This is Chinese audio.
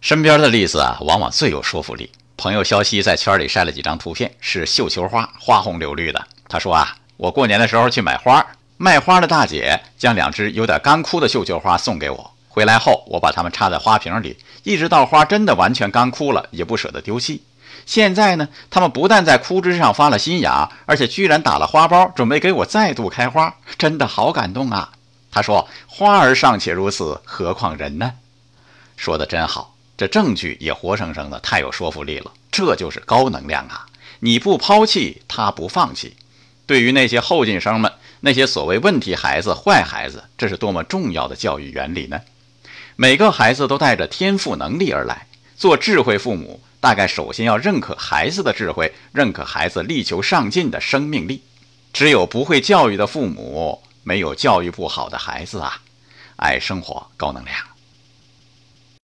身边的例子啊，往往最有说服力。朋友肖西在圈里晒了几张图片，是绣球花，花红柳绿的。他说啊，我过年的时候去买花，卖花的大姐将2只有点干枯的绣球花送给我，回来后我把它们插在花瓶里，一直到花真的完全干枯了，也不舍得丢弃。现在呢，他们不但在枯枝上发了新芽，而且居然打了花苞，准备给我再度开花，真的好感动啊。他说，花儿尚且如此，何况人呢？说得真好，这证据也活生生的，太有说服力了。这就是高能量啊！你不抛弃，他不放弃。对于那些后进生们，那些所谓问题孩子、坏孩子，这是多么重要的教育原理呢？每个孩子都带着天赋能力而来，做智慧父母，大概首先要认可孩子的智慧，认可孩子力求上进的生命力。只有不会教育的父母，没有教育不好的孩子啊！爱生活，高能量。